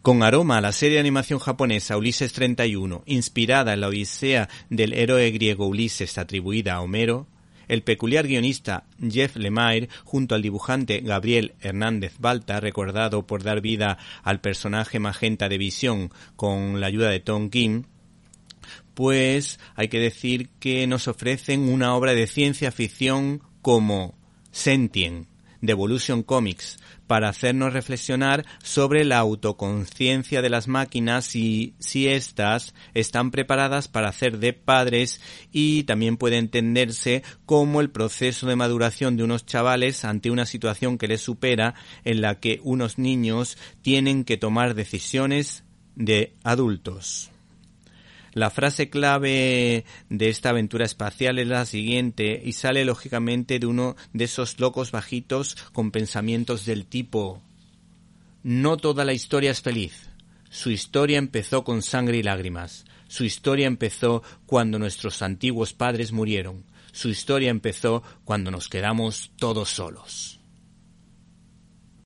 Con aroma a la serie de animación japonesa Ulises 31, inspirada en la Odisea del héroe griego Ulises atribuida a Homero, el peculiar guionista Jeff Lemire, junto al dibujante Gabriel Hernández Balta, recordado por dar vida al personaje magenta de Visión con la ayuda de Tom King, pues hay que decir que nos ofrecen una obra de ciencia ficción como Sentient, de Evolution Comics, para hacernos reflexionar sobre la autoconciencia de las máquinas y si éstas están preparadas para hacer de padres, y también puede entenderse como el proceso de maduración de unos chavales ante una situación que les supera, en la que unos niños tienen que tomar decisiones de adultos. La frase clave de esta aventura espacial es la siguiente y sale lógicamente de uno de esos locos bajitos con pensamientos del tipo: no toda la historia es feliz. Su historia empezó con sangre y lágrimas. Su historia empezó cuando nuestros antiguos padres murieron. Su historia empezó cuando nos quedamos todos solos.